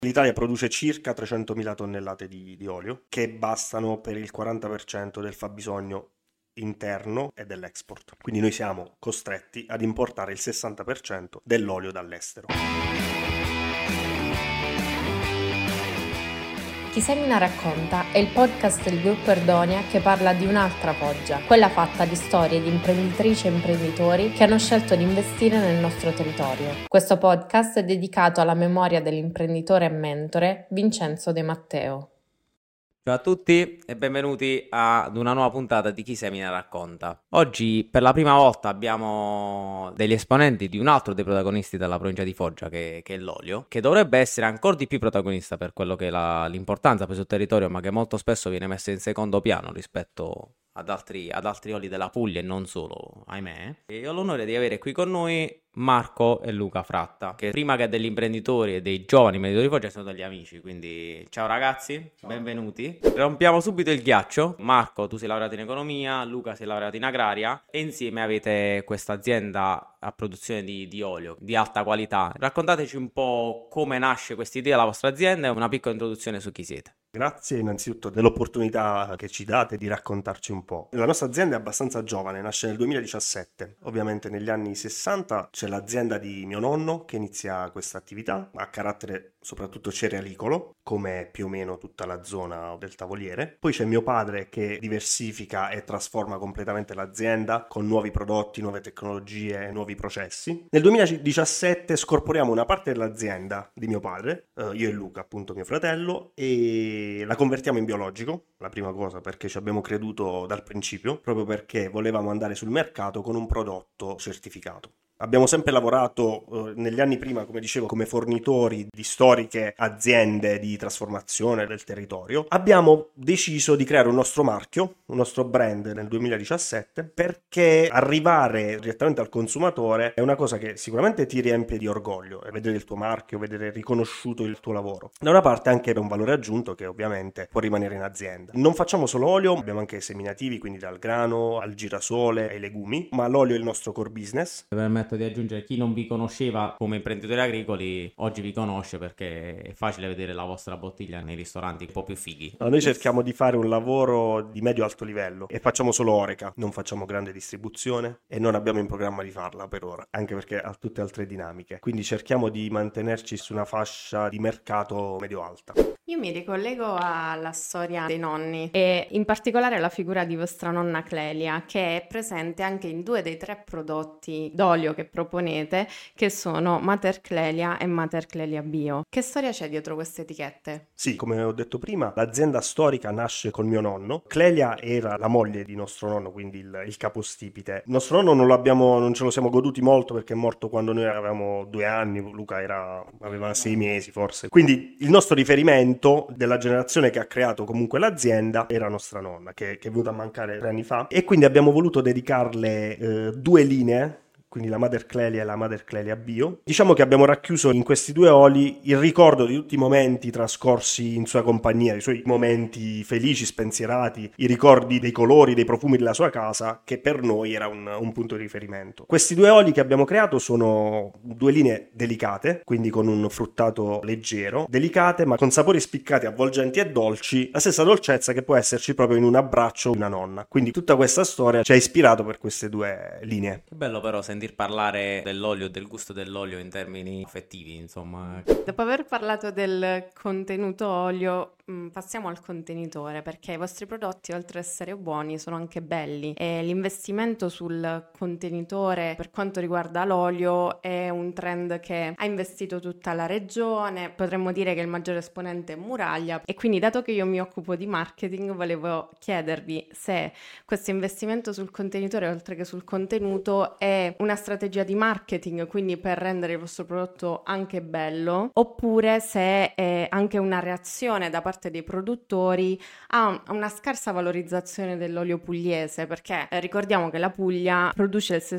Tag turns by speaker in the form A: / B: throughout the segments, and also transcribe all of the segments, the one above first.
A: L'Italia produce circa 300.000 tonnellate di olio, che bastano per il 40% del fabbisogno interno e dell'export. Quindi noi siamo costretti ad importare il 60% dell'olio dall'estero.
B: Chi semina racconta è il podcast del gruppo Erdonia che parla di un'altra Foggia, quella fatta di storie di imprenditrici e imprenditori che hanno scelto di investire nel nostro territorio. Questo podcast è dedicato alla memoria dell'imprenditore e mentore Vincenzo De Matteo.
C: Ciao a tutti e benvenuti ad una nuova puntata di Chi Semina Racconta. Oggi per la prima volta abbiamo degli esponenti di un altro dei protagonisti della provincia di Foggia che è l'olio, che dovrebbe essere ancora di più protagonista per quello che è l'importanza per sul territorio, ma che molto spesso viene messo in secondo piano rispetto ad altri oli della Puglia e non solo, ahimè. E ho l'onore di avere qui con noi Marco e Luca Fratta, che prima che degli imprenditori e dei giovani imprenditori di Foggia sono degli amici, quindi ciao ragazzi, ciao. Benvenuti. Rompiamo subito il ghiaccio. Marco, tu sei laureato in economia, Luca sei laureato in agraria e insieme avete questa azienda a produzione di olio di alta qualità. Raccontateci un po' come nasce questa idea della vostra azienda e una piccola introduzione su chi siete.
A: Grazie innanzitutto dell'opportunità che ci date di raccontarci un po'. La nostra azienda è abbastanza giovane, nasce nel 2017. Ovviamente negli anni 60 c'è l'azienda di mio nonno che inizia questa attività, a carattere soprattutto cerealicolo, come più o meno tutta la zona del Tavoliere. Poi c'è mio padre che diversifica e trasforma completamente l'azienda con nuovi prodotti, nuove tecnologie, nuovi processi. Nel 2017 scorporiamo una parte dell'azienda di mio padre, io e Luca, appunto mio fratello, e la convertiamo in biologico, la prima cosa perché ci abbiamo creduto dal principio, proprio perché volevamo andare sul mercato con un prodotto certificato. Abbiamo sempre lavorato negli anni prima, come dicevo, come fornitori di storiche aziende di trasformazione del territorio. Abbiamo deciso di creare un nostro marchio, un nostro brand nel 2017, perché arrivare direttamente al consumatore è una cosa che sicuramente ti riempie di orgoglio, e vedere il tuo marchio, vedere riconosciuto il tuo lavoro. Da una parte anche un valore aggiunto che ovviamente può rimanere in azienda. Non facciamo solo olio, abbiamo anche seminativi, quindi dal grano al girasole ai legumi, ma l'olio è il nostro core business.
C: Di aggiungere, chi non vi conosceva come imprenditori agricoli oggi vi conosce perché è facile vedere la vostra bottiglia nei ristoranti un po' più fighi.
A: Noi cerchiamo di fare un lavoro di medio-alto livello e facciamo solo oreca, non facciamo grande distribuzione e non abbiamo in programma di farla per ora, anche perché ha tutte altre dinamiche, quindi cerchiamo di mantenerci su una fascia di mercato medio-alta.
B: Io mi ricollego alla storia dei nonni e in particolare alla figura di vostra nonna Clelia, che è presente anche in 2 dei 3 prodotti d'olio che proponete, che sono Mater Clelia e Mater Clelia Bio. Che storia c'è dietro queste etichette?
A: Sì, come ho detto prima, l'azienda storica nasce col mio nonno. Clelia era la moglie di nostro nonno, quindi il capostipite. Nostro nonno non ce lo siamo goduti molto perché è morto quando noi avevamo 2 anni, Luca aveva 6 mesi forse. Quindi il nostro riferimento della generazione che ha creato comunque l'azienda era nostra nonna, che è venuta a mancare 3 anni fa, e quindi abbiamo voluto dedicarle 2 linee, quindi la Mater Clelia e la Mater Clelia Bio. Diciamo che abbiamo racchiuso in questi 2 oli il ricordo di tutti i momenti trascorsi in sua compagnia, i suoi momenti felici, spensierati, i ricordi dei colori, dei profumi della sua casa, che per noi era un punto di riferimento. Questi 2 oli che abbiamo creato sono 2 linee delicate, quindi con un fruttato leggero, delicate ma con sapori spiccati, avvolgenti e dolci, la stessa dolcezza che può esserci proprio in un abbraccio di una nonna. Quindi tutta questa storia ci ha ispirato per queste 2 linee.
C: Che bello però sentir parlare dell'olio, del gusto dell'olio in termini affettivi, insomma.
B: Dopo aver parlato del contenuto olio, passiamo al contenitore, perché i vostri prodotti, oltre ad essere buoni, sono anche belli e l'investimento sul contenitore per quanto riguarda l'olio è un trend che ha investito tutta la regione. Potremmo dire che il maggiore esponente è Muraglia, e quindi, dato che io mi occupo di marketing, volevo chiedervi se questo investimento sul contenitore, oltre che sul contenuto, è una strategia di marketing, quindi per rendere il vostro prodotto anche bello, oppure se è anche una reazione da parte dei produttori a una scarsa valorizzazione dell'olio pugliese, perché ricordiamo che la Puglia produce il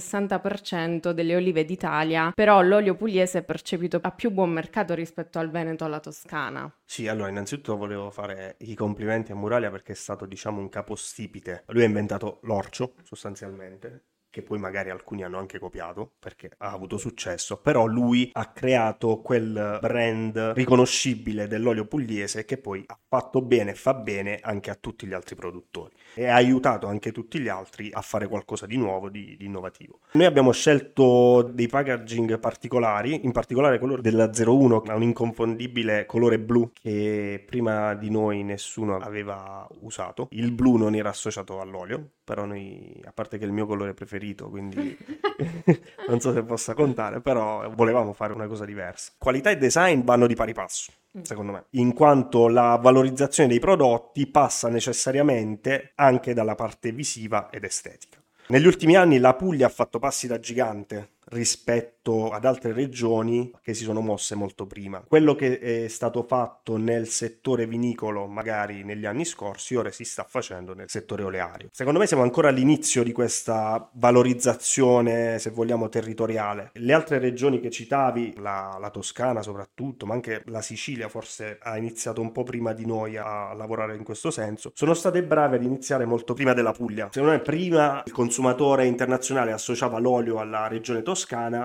B: 60% delle olive d'Italia, però l'olio pugliese è percepito a più buon mercato rispetto al Veneto o alla Toscana.
A: Sì, allora innanzitutto volevo fare i complimenti a Muraglia perché è stato, diciamo, un capostipite. Lui ha inventato l'orcio, sostanzialmente, che poi magari alcuni hanno anche copiato perché ha avuto successo, però lui ha creato quel brand riconoscibile dell'olio pugliese che poi ha fatto bene e fa bene anche a tutti gli altri produttori e ha aiutato anche tutti gli altri a fare qualcosa di nuovo, di innovativo. Noi abbiamo scelto dei packaging particolari, in particolare quello della 01, ha un inconfondibile colore blu che prima di noi nessuno aveva usato. Il blu non era associato all'olio, però noi, a parte che è il mio colore preferito, quindi non so se possa contare, però volevamo fare una cosa diversa. Qualità e design vanno di pari passo, secondo me, in quanto la valorizzazione dei prodotti passa necessariamente anche dalla parte visiva ed estetica. Negli ultimi anni la Puglia ha fatto passi da gigante rispetto ad altre regioni che si sono mosse molto prima. Quello che è stato fatto nel settore vinicolo magari negli anni scorsi ora si sta facendo nel settore oleario. Secondo me siamo ancora all'inizio di questa valorizzazione, se vogliamo, territoriale. Le altre regioni che citavi, la Toscana soprattutto, ma anche la Sicilia forse ha iniziato un po' prima di noi a lavorare in questo senso, sono state brave ad iniziare molto prima della Puglia. Secondo me prima il consumatore internazionale associava l'olio alla regione toscana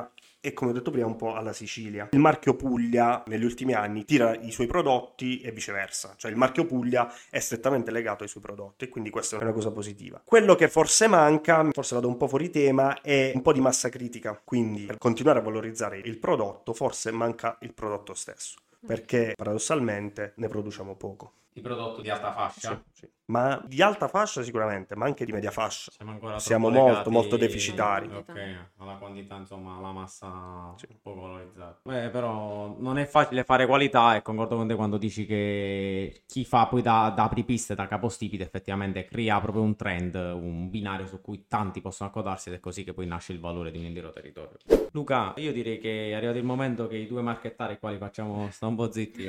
A: e, come ho detto prima, un po' alla Sicilia. Il marchio Puglia negli ultimi anni tira i suoi prodotti e viceversa, cioè il marchio Puglia è strettamente legato ai suoi prodotti e quindi questa è una cosa positiva. Quello che forse manca, forse vado un po' fuori tema, è un po' di massa critica, quindi per continuare a valorizzare il prodotto forse manca il prodotto stesso, perché paradossalmente ne produciamo poco.
C: Di prodotto di alta fascia?
A: Sì. Ma di alta fascia sicuramente, ma anche di media fascia.
C: Siamo
A: molto deficitari.
C: Ok, alla quantità, insomma, alla massa poco valorizzata. Però non è facile fare qualità e concordo con te quando dici che chi fa poi da apripista, da capostipite, effettivamente crea proprio un trend, un binario su cui tanti possono accodarsi ed è così che poi nasce il valore di un intero territorio. Luca, io direi che è arrivato il momento che i due marchettari quali facciamo sta un po' zitti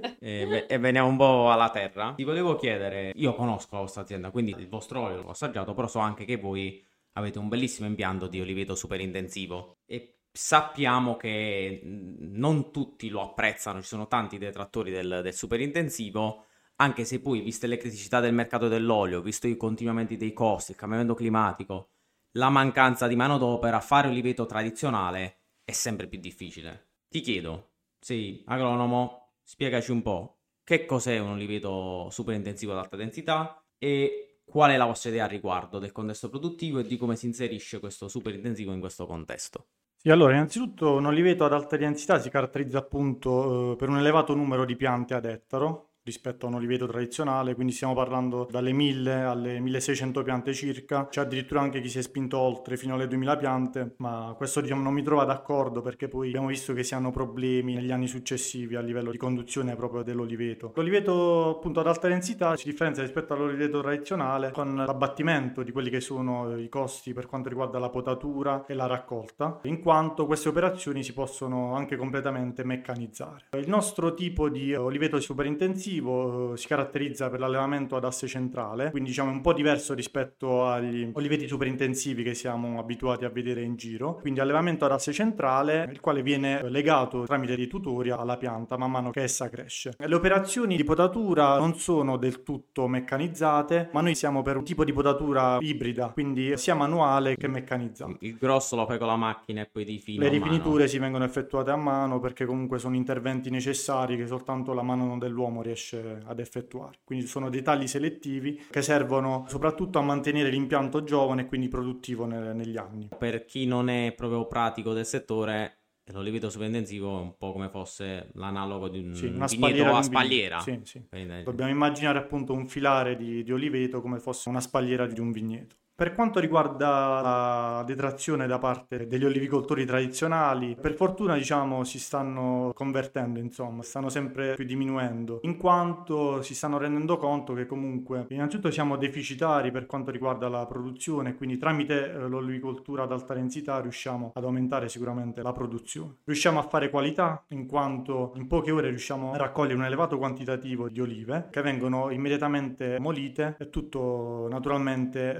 C: e veniamo un po' alla terra. Ti volevo chiedere, io conosco la vostra azienda, quindi il vostro olio l'ho assaggiato, però so anche che voi avete un bellissimo impianto di oliveto super intensivo e sappiamo che non tutti lo apprezzano, ci sono tanti detrattori del super intensivo, anche se poi, viste le criticità del mercato dell'olio, visto i continuamenti dei costi, il cambiamento climatico, la mancanza di manodopera, fare oliveto tradizionale è sempre più difficile. Ti chiedo, sei agronomo, spiegaci un po' che cos'è un oliveto super intensivo ad alta densità e qual è la vostra idea a riguardo del contesto produttivo e di come si inserisce questo super intensivo in questo contesto.
D: Sì, allora, innanzitutto un oliveto ad alta densità si caratterizza appunto per un elevato numero di piante ad ettaro rispetto a un oliveto tradizionale, quindi stiamo parlando dalle 1000 alle 1600 piante circa, c'è addirittura anche chi si è spinto oltre fino alle 2000 piante, ma questo diciamo non mi trova d'accordo perché poi abbiamo visto che si hanno problemi negli anni successivi a livello di conduzione proprio dell'oliveto. L'oliveto appunto ad alta densità si differenzia rispetto all'oliveto tradizionale con l'abbattimento di quelli che sono i costi per quanto riguarda la potatura e la raccolta, in quanto queste operazioni si possono anche completamente meccanizzare. Il nostro tipo di oliveto superintensivo si caratterizza per l'allevamento ad asse centrale, quindi diciamo è un po' diverso rispetto agli oliveti superintensivi che siamo abituati a vedere in giro, quindi allevamento ad asse centrale, il quale viene legato tramite dei tutori alla pianta man mano che essa cresce. Le operazioni di potatura non sono del tutto meccanizzate, ma noi siamo per un tipo di potatura ibrida, quindi sia manuale che meccanizzata.
C: Il grosso lo fai con la macchina e poi di fino
D: le rifiniture si vengono effettuate a mano perché comunque sono interventi necessari che soltanto la mano dell'uomo riesce ad effettuare, quindi sono dei tagli selettivi che servono soprattutto a mantenere l'impianto giovane e quindi produttivo negli anni.
C: Per chi non è proprio pratico del settore, l'oliveto superintensivo è un po' come fosse l'analogo di un vigneto a spalliera.
D: Sì. Dobbiamo immaginare appunto un filare di oliveto come fosse una spalliera di un vigneto. Per quanto riguarda la detrazione da parte degli olivicoltori tradizionali, per fortuna diciamo si stanno convertendo, insomma, stanno sempre più diminuendo, in quanto si stanno rendendo conto che comunque innanzitutto siamo deficitari per quanto riguarda la produzione, quindi tramite l'olivicoltura ad alta densità riusciamo ad aumentare sicuramente la produzione. Riusciamo a fare qualità, in quanto in poche ore riusciamo a raccogliere un elevato quantitativo di olive che vengono immediatamente molite e tutto naturalmente a favore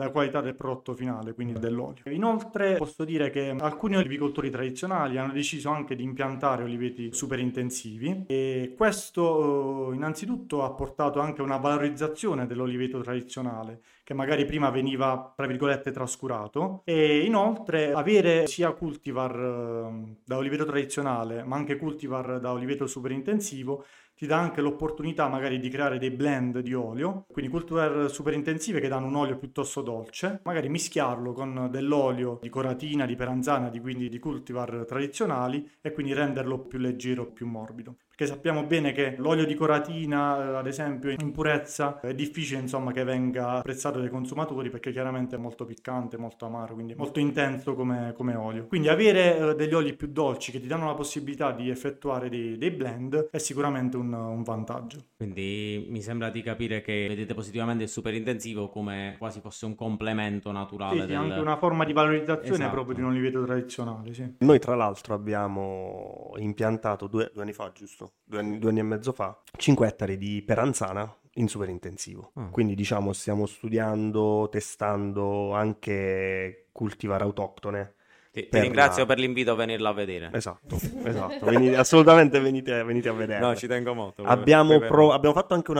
D: della qualità del prodotto finale, quindi dell'olio. Inoltre posso dire che alcuni olivicoltori tradizionali hanno deciso anche di impiantare oliveti super intensivi, e questo innanzitutto ha portato anche a una valorizzazione dell'oliveto tradizionale, che magari prima veniva, tra virgolette, trascurato, e inoltre avere sia cultivar da oliveto tradizionale ma anche cultivar da oliveto super intensivo ti dà anche l'opportunità magari di creare dei blend di olio, quindi cultivar super intensive che danno un olio piuttosto dolce, magari mischiarlo con dell'olio di coratina, di peranzana, quindi di cultivar tradizionali, e quindi renderlo più leggero, più morbido. Perché sappiamo bene che l'olio di coratina, ad esempio, in purezza è difficile, insomma, che venga apprezzato dai consumatori, perché chiaramente è molto piccante, molto amaro, quindi molto intenso come olio. Quindi avere degli oli più dolci che ti danno la possibilità di effettuare dei blend è sicuramente un vantaggio.
C: Quindi mi sembra di capire che vedete positivamente il super intensivo come quasi fosse un complemento naturale
D: Sì, anche una forma di valorizzazione,
C: Esatto.
D: proprio di un oliveto tradizionale, sì.
A: Noi tra l'altro abbiamo impiantato due anni fa, giusto? 2 anni e mezzo fa, 5 ettari di peranzana in super intensivo. Quindi diciamo stiamo studiando, testando anche cultivar autoctone.
C: Ti ringrazio per l'invito a venirla a vedere.
A: Esatto. Assolutamente venite a vedere.
C: No, ci tengo molto.
A: Abbiamo fatto anche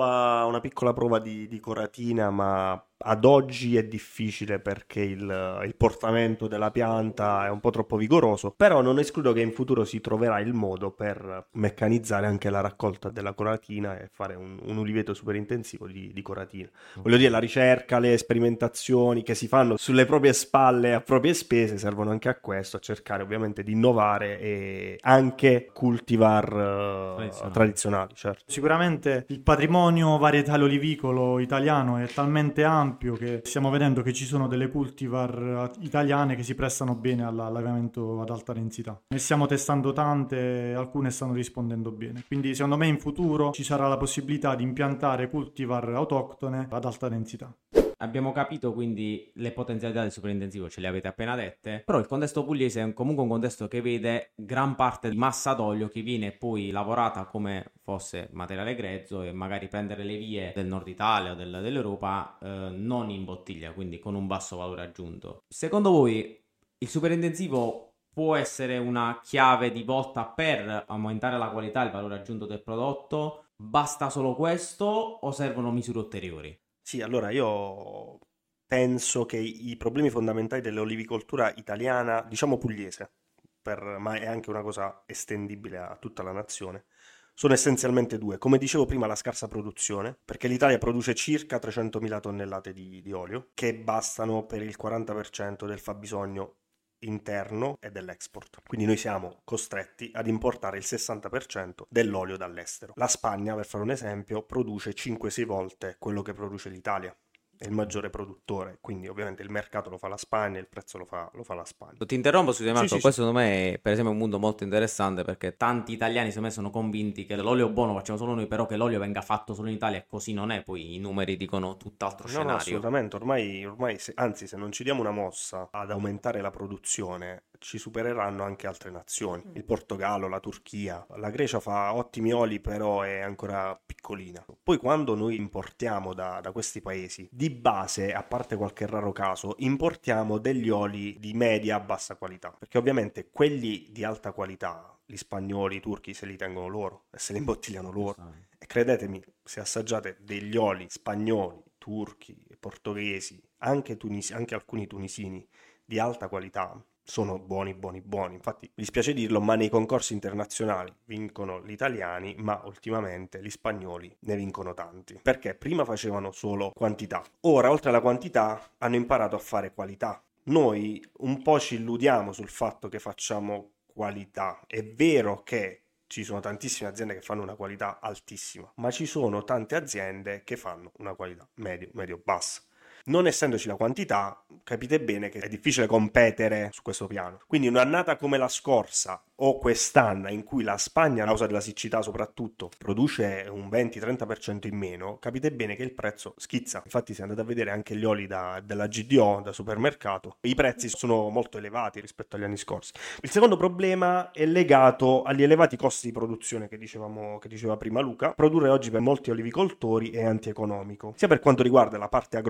A: una piccola prova di coratina, ma ad oggi è difficile perché il portamento della pianta è un po' troppo vigoroso, però non escludo che in futuro si troverà il modo per meccanizzare anche la raccolta della coratina e fare un uliveto super intensivo di coratina. Voglio dire, la ricerca, le sperimentazioni che si fanno sulle proprie spalle a proprie spese servono anche a questo, a cercare ovviamente di innovare e anche cultivar tradizionali, certo.
D: Sicuramente il patrimonio varietale olivicolo italiano è talmente ampio che stiamo vedendo che ci sono delle cultivar italiane che si prestano bene all'allevamento ad alta densità. Ne stiamo testando tante, alcune stanno rispondendo bene. Quindi secondo me in futuro ci sarà la possibilità di impiantare cultivar autoctone ad alta densità.
C: Abbiamo capito quindi le potenzialità del superintensivo, ce le avete appena dette, però il contesto pugliese è comunque un contesto che vede gran parte di massa d'olio che viene poi lavorata come fosse materiale grezzo, e magari prendere le vie del nord Italia o dell'Europa non in bottiglia, quindi con un basso valore aggiunto. Secondo voi il superintensivo può essere una chiave di volta per aumentare la qualità e il valore aggiunto del prodotto? Basta solo questo o servono misure ulteriori?
A: Sì, allora io penso che i problemi fondamentali dell'olivicoltura italiana, diciamo pugliese, ma è anche una cosa estendibile a tutta la nazione, sono essenzialmente due. Come dicevo prima, la scarsa produzione, perché l'Italia produce circa 300.000 tonnellate di olio, che bastano per il 40% del fabbisogno interno e dell'export. Quindi noi siamo costretti ad importare il 60% dell'olio dall'estero. La Spagna, per fare un esempio, produce 5-6 volte quello che produce l'Italia. È il maggiore produttore, quindi ovviamente il mercato lo fa la Spagna, il prezzo lo fa la Spagna.
C: Ti interrompo, scusa Marco,
A: Sì.
C: questo secondo me è per esempio un mondo molto interessante, perché tanti italiani secondo me sono convinti che l'olio buono lo facciamo solo noi, però che l'olio venga fatto solo in Italia, e così non è, poi i numeri dicono tutt'altro scenario.
A: No, assolutamente, ormai anzi, se non ci diamo una mossa ad aumentare la produzione, ci supereranno anche altre nazioni. Il Portogallo, la Turchia, la Grecia fa ottimi oli, però è ancora piccolina. Poi quando noi importiamo da questi paesi, di base, a parte qualche raro caso, importiamo degli oli di media a bassa qualità, perché ovviamente quelli di alta qualità, gli spagnoli, i turchi, se li tengono loro e se li imbottigliano loro. E credetemi, se assaggiate degli oli spagnoli, turchi, portoghesi, anche alcuni tunisini di alta qualità, sono buoni. Infatti mi dispiace dirlo, ma nei concorsi internazionali vincono gli italiani, ma ultimamente gli spagnoli ne vincono tanti. Perché prima facevano solo quantità. Ora, oltre alla quantità, hanno imparato a fare qualità. Noi un po' ci illudiamo sul fatto che facciamo qualità. È vero che ci sono tantissime aziende che fanno una qualità altissima, ma ci sono tante aziende che fanno una qualità medio-bassa. Non essendoci la quantità, capite bene che è difficile competere su questo piano. Quindi un'annata come la scorsa o quest'anno, in cui la Spagna, a causa della siccità soprattutto, produce un 20-30% in meno, capite bene che il prezzo schizza. Infatti se andate a vedere anche gli oli della GDO, da supermercato, i prezzi sono molto elevati rispetto agli anni scorsi. Il secondo problema è legato agli elevati costi di produzione che diceva prima Luca. Produrre oggi per molti olivicoltori è antieconomico, sia per quanto riguarda la parte agronomica,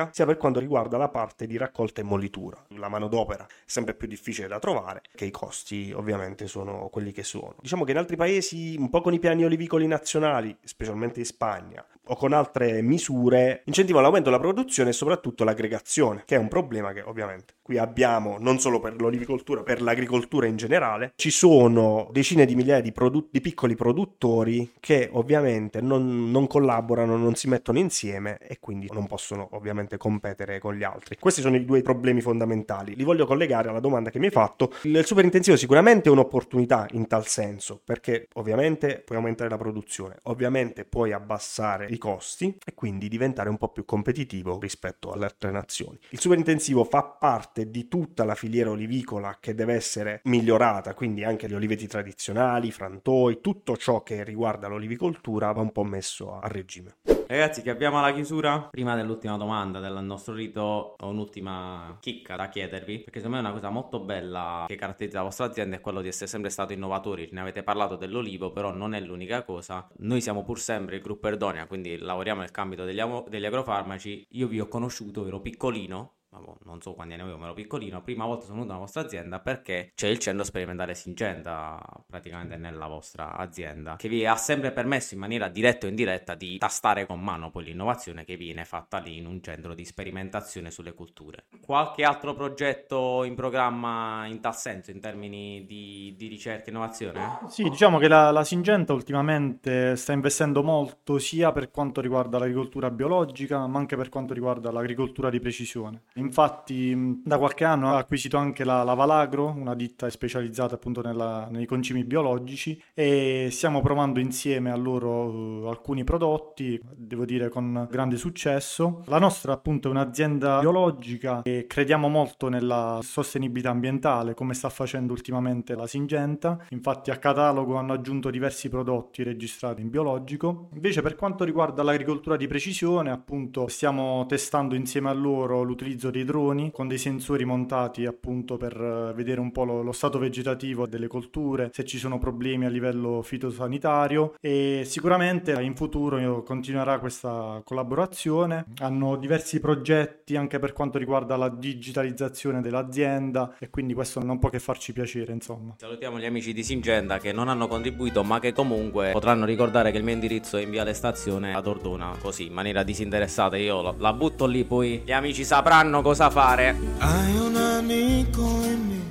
A: biologica, sia per quanto riguarda la parte di raccolta e mollitura. La manodopera è sempre più difficile da trovare, che i costi ovviamente sono quelli che sono. Diciamo che in altri paesi, un po' con i piani olivicoli nazionali, specialmente in Spagna, o con altre misure, incentivano l'aumento della produzione e soprattutto l'aggregazione, che è un problema che ovviamente qui abbiamo non solo per l'olivicoltura, per l'agricoltura in generale. Ci sono decine di migliaia di piccoli produttori che ovviamente non collaborano, non si mettono insieme e quindi non possono ovviamente competere con gli altri. Questi sono i due problemi fondamentali. Li voglio collegare alla domanda che mi hai fatto. Il superintensivo sicuramente è un'opportunità in tal senso, perché ovviamente puoi aumentare la produzione, ovviamente puoi abbassare i costi e quindi diventare un po' più competitivo rispetto alle altre nazioni. Il superintensivo fa parte di tutta la filiera olivicola che deve essere migliorata, quindi anche gli oliveti tradizionali, i frantoi, tutto ciò che riguarda l'olivicoltura va un po' messo a regime.
C: Ragazzi, che abbiamo alla chiusura. Prima dell'ultima domanda del nostro rito, ho un'ultima chicca da chiedervi, perché secondo me è una cosa molto bella che caratterizza la vostra azienda è quello di essere sempre stato innovatori. Ne avete parlato dell'olivo, però non è l'unica cosa. Noi siamo pur sempre il gruppo Erdonia, quindi lavoriamo nel ambito degli agrofarmaci. Io vi ho conosciuto, ero piccolino, non so quanti anni avevo, ma ero piccolino. Prima volta sono venuto nella vostra azienda perché c'è il centro sperimentale Syngenta praticamente nella vostra azienda, che vi ha sempre permesso in maniera diretta o indiretta di tastare con mano poi l'innovazione che viene fatta lì in un centro di sperimentazione sulle culture. Qualche altro progetto in programma in tal senso, in termini di ricerca e innovazione?
D: Sì, diciamo che la Syngenta ultimamente sta investendo molto sia per quanto riguarda l'agricoltura biologica, ma anche per quanto riguarda l'agricoltura di precisione. Infatti da qualche anno ha acquisito anche la Valagro, una ditta specializzata appunto nei concimi biologici, e stiamo provando insieme a loro alcuni prodotti, devo dire con grande successo. La nostra appunto è un'azienda biologica e crediamo molto nella sostenibilità ambientale, come sta facendo ultimamente la Syngenta. Infatti a catalogo hanno aggiunto diversi prodotti registrati in biologico. Invece per quanto riguarda l'agricoltura di precisione, appunto stiamo testando insieme a loro l'utilizzo dei droni con dei sensori montati appunto per vedere un po' lo stato vegetativo delle colture, se ci sono problemi a livello fitosanitario, e sicuramente in futuro continuerà questa collaborazione. Hanno diversi progetti anche per quanto riguarda la digitalizzazione dell'azienda e quindi questo non può che farci piacere, insomma.
C: Salutiamo gli amici di Syngenta che non hanno contribuito ma che comunque potranno ricordare che il mio indirizzo è in Viale Stazione ad Ordona, così in maniera disinteressata. Io la butto lì, poi gli amici sapranno cosa fare.
E: Hai un amico in me.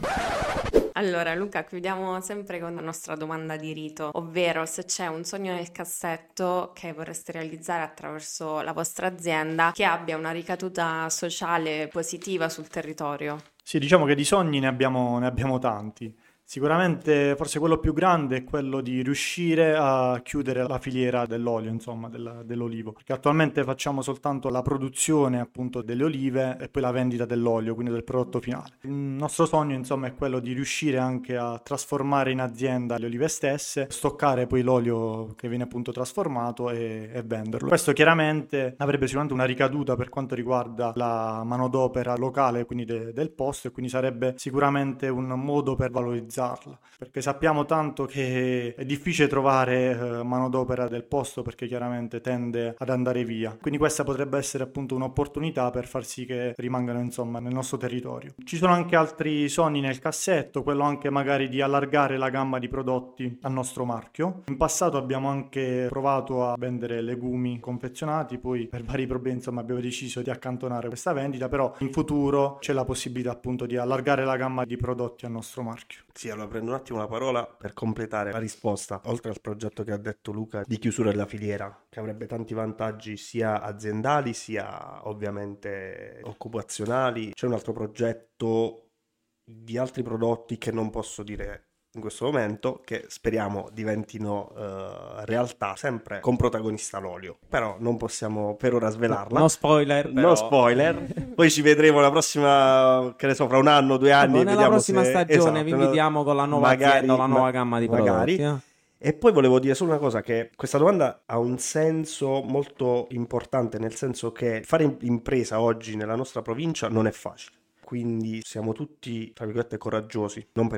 B: Allora Luca, chiudiamo sempre con la nostra domanda di rito, ovvero se c'è un sogno nel cassetto che vorreste realizzare attraverso la vostra azienda che abbia una ricaduta sociale positiva sul territorio.
D: Sì, diciamo che di sogni ne abbiamo tanti. Sicuramente forse quello più grande è quello di riuscire a chiudere la filiera dell'olio, insomma, dell'olivo, perché attualmente facciamo soltanto la produzione appunto delle olive e poi la vendita dell'olio, quindi del prodotto finale. Il nostro sogno, insomma, è quello di riuscire anche a trasformare in azienda le olive stesse, stoccare poi l'olio che viene appunto trasformato e venderlo. Questo chiaramente avrebbe sicuramente una ricaduta per quanto riguarda la manodopera locale, quindi del posto, e quindi sarebbe sicuramente un modo per valorizzarla, perché sappiamo tanto che è difficile trovare manodopera del posto perché chiaramente tende ad andare via, quindi questa potrebbe essere appunto un'opportunità per far sì che rimangano insomma nel nostro territorio. Ci sono anche altri sogni nel cassetto, quello anche magari di allargare la gamma di prodotti al nostro marchio. In passato abbiamo anche provato a vendere legumi confezionati, poi per vari problemi insomma abbiamo deciso di accantonare questa vendita, però in futuro c'è la possibilità appunto di allargare la gamma di prodotti al nostro marchio.
A: Sì, allora prendo un attimo la parola per completare la risposta, oltre al progetto che ha detto Luca di chiusura della filiera, che avrebbe tanti vantaggi sia aziendali sia ovviamente occupazionali. C'è un altro progetto di altri prodotti che non posso dire in questo momento, che speriamo diventino realtà, sempre con protagonista l'olio, però non possiamo per ora svelarla.
C: No spoiler, però.
A: No spoiler. Poi ci vedremo la prossima, che ne so, fra un anno, 2 anni, e
C: nella
A: vediamo
C: prossima stagione
A: esatto,
C: vi invitiamo con la nuova azienda o la nuova gamma di prodotti.
A: E poi volevo dire solo una cosa, che questa domanda ha un senso molto importante, nel senso che fare impresa oggi nella nostra provincia non è facile. Quindi siamo tutti, tra virgolette, coraggiosi, non perché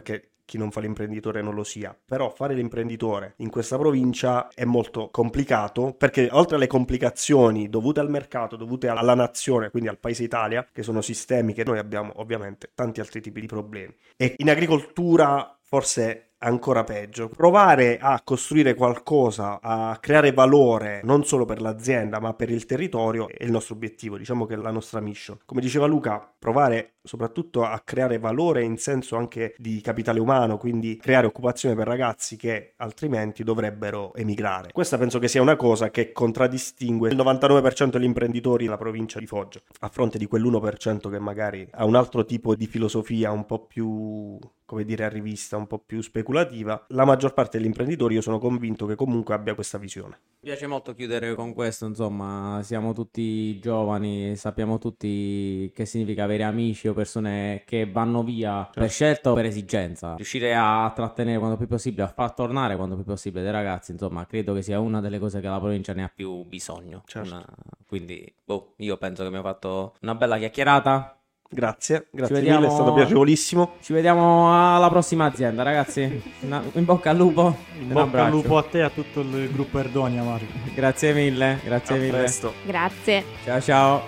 A: chi non fa l'imprenditore non lo sia, però fare l'imprenditore in questa provincia è molto complicato, perché oltre alle complicazioni dovute al mercato, dovute alla nazione, quindi al paese Italia, che sono sistemiche, noi abbiamo ovviamente tanti altri tipi di problemi. E in agricoltura forse ancora peggio. Provare a costruire qualcosa, a creare valore non solo per l'azienda ma per il territorio è il nostro obiettivo, diciamo che è la nostra mission. Come diceva Luca, provare soprattutto a creare valore in senso anche di capitale umano, quindi creare occupazione per ragazzi che altrimenti dovrebbero emigrare. Questa penso che sia una cosa che contraddistingue il 99% degli imprenditori nella provincia di Foggia, a fronte di quell'1% che magari ha un altro tipo di filosofia un po' più, come dire, arrivista, un po' più speculativa. La maggior parte degli imprenditori, io sono convinto che comunque abbia questa visione.
C: Mi piace molto chiudere con questo, insomma, siamo tutti giovani, sappiamo tutti che significa avere amici o persone che vanno via per scelta o per esigenza. Riuscire a trattenere quanto più possibile, a far tornare quanto più possibile dei ragazzi, insomma, credo che sia una delle cose che la provincia ne ha più bisogno.
A: Certo.
C: Quindi, io penso che abbiamo fatto una bella chiacchierata.
A: Grazie mille, è stato piacevolissimo.
C: Ci vediamo alla prossima azienda, ragazzi. In bocca al lupo.
D: In bocca al lupo a te e a tutto il gruppo Erdonia, Mario.
C: Grazie mille, grazie mille.
A: Presto.
B: Grazie.
C: Ciao ciao.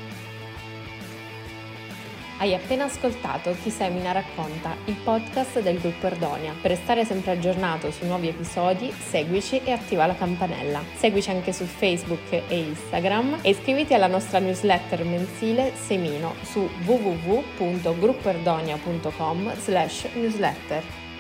B: Hai appena ascoltato Chi Semina Racconta, il podcast del gruppo Erdonia. Per restare sempre aggiornato su nuovi episodi, seguici e attiva la campanella. Seguici anche su Facebook e Instagram e iscriviti alla nostra newsletter mensile Semino su www.gruppoerdonia.com/newsletter.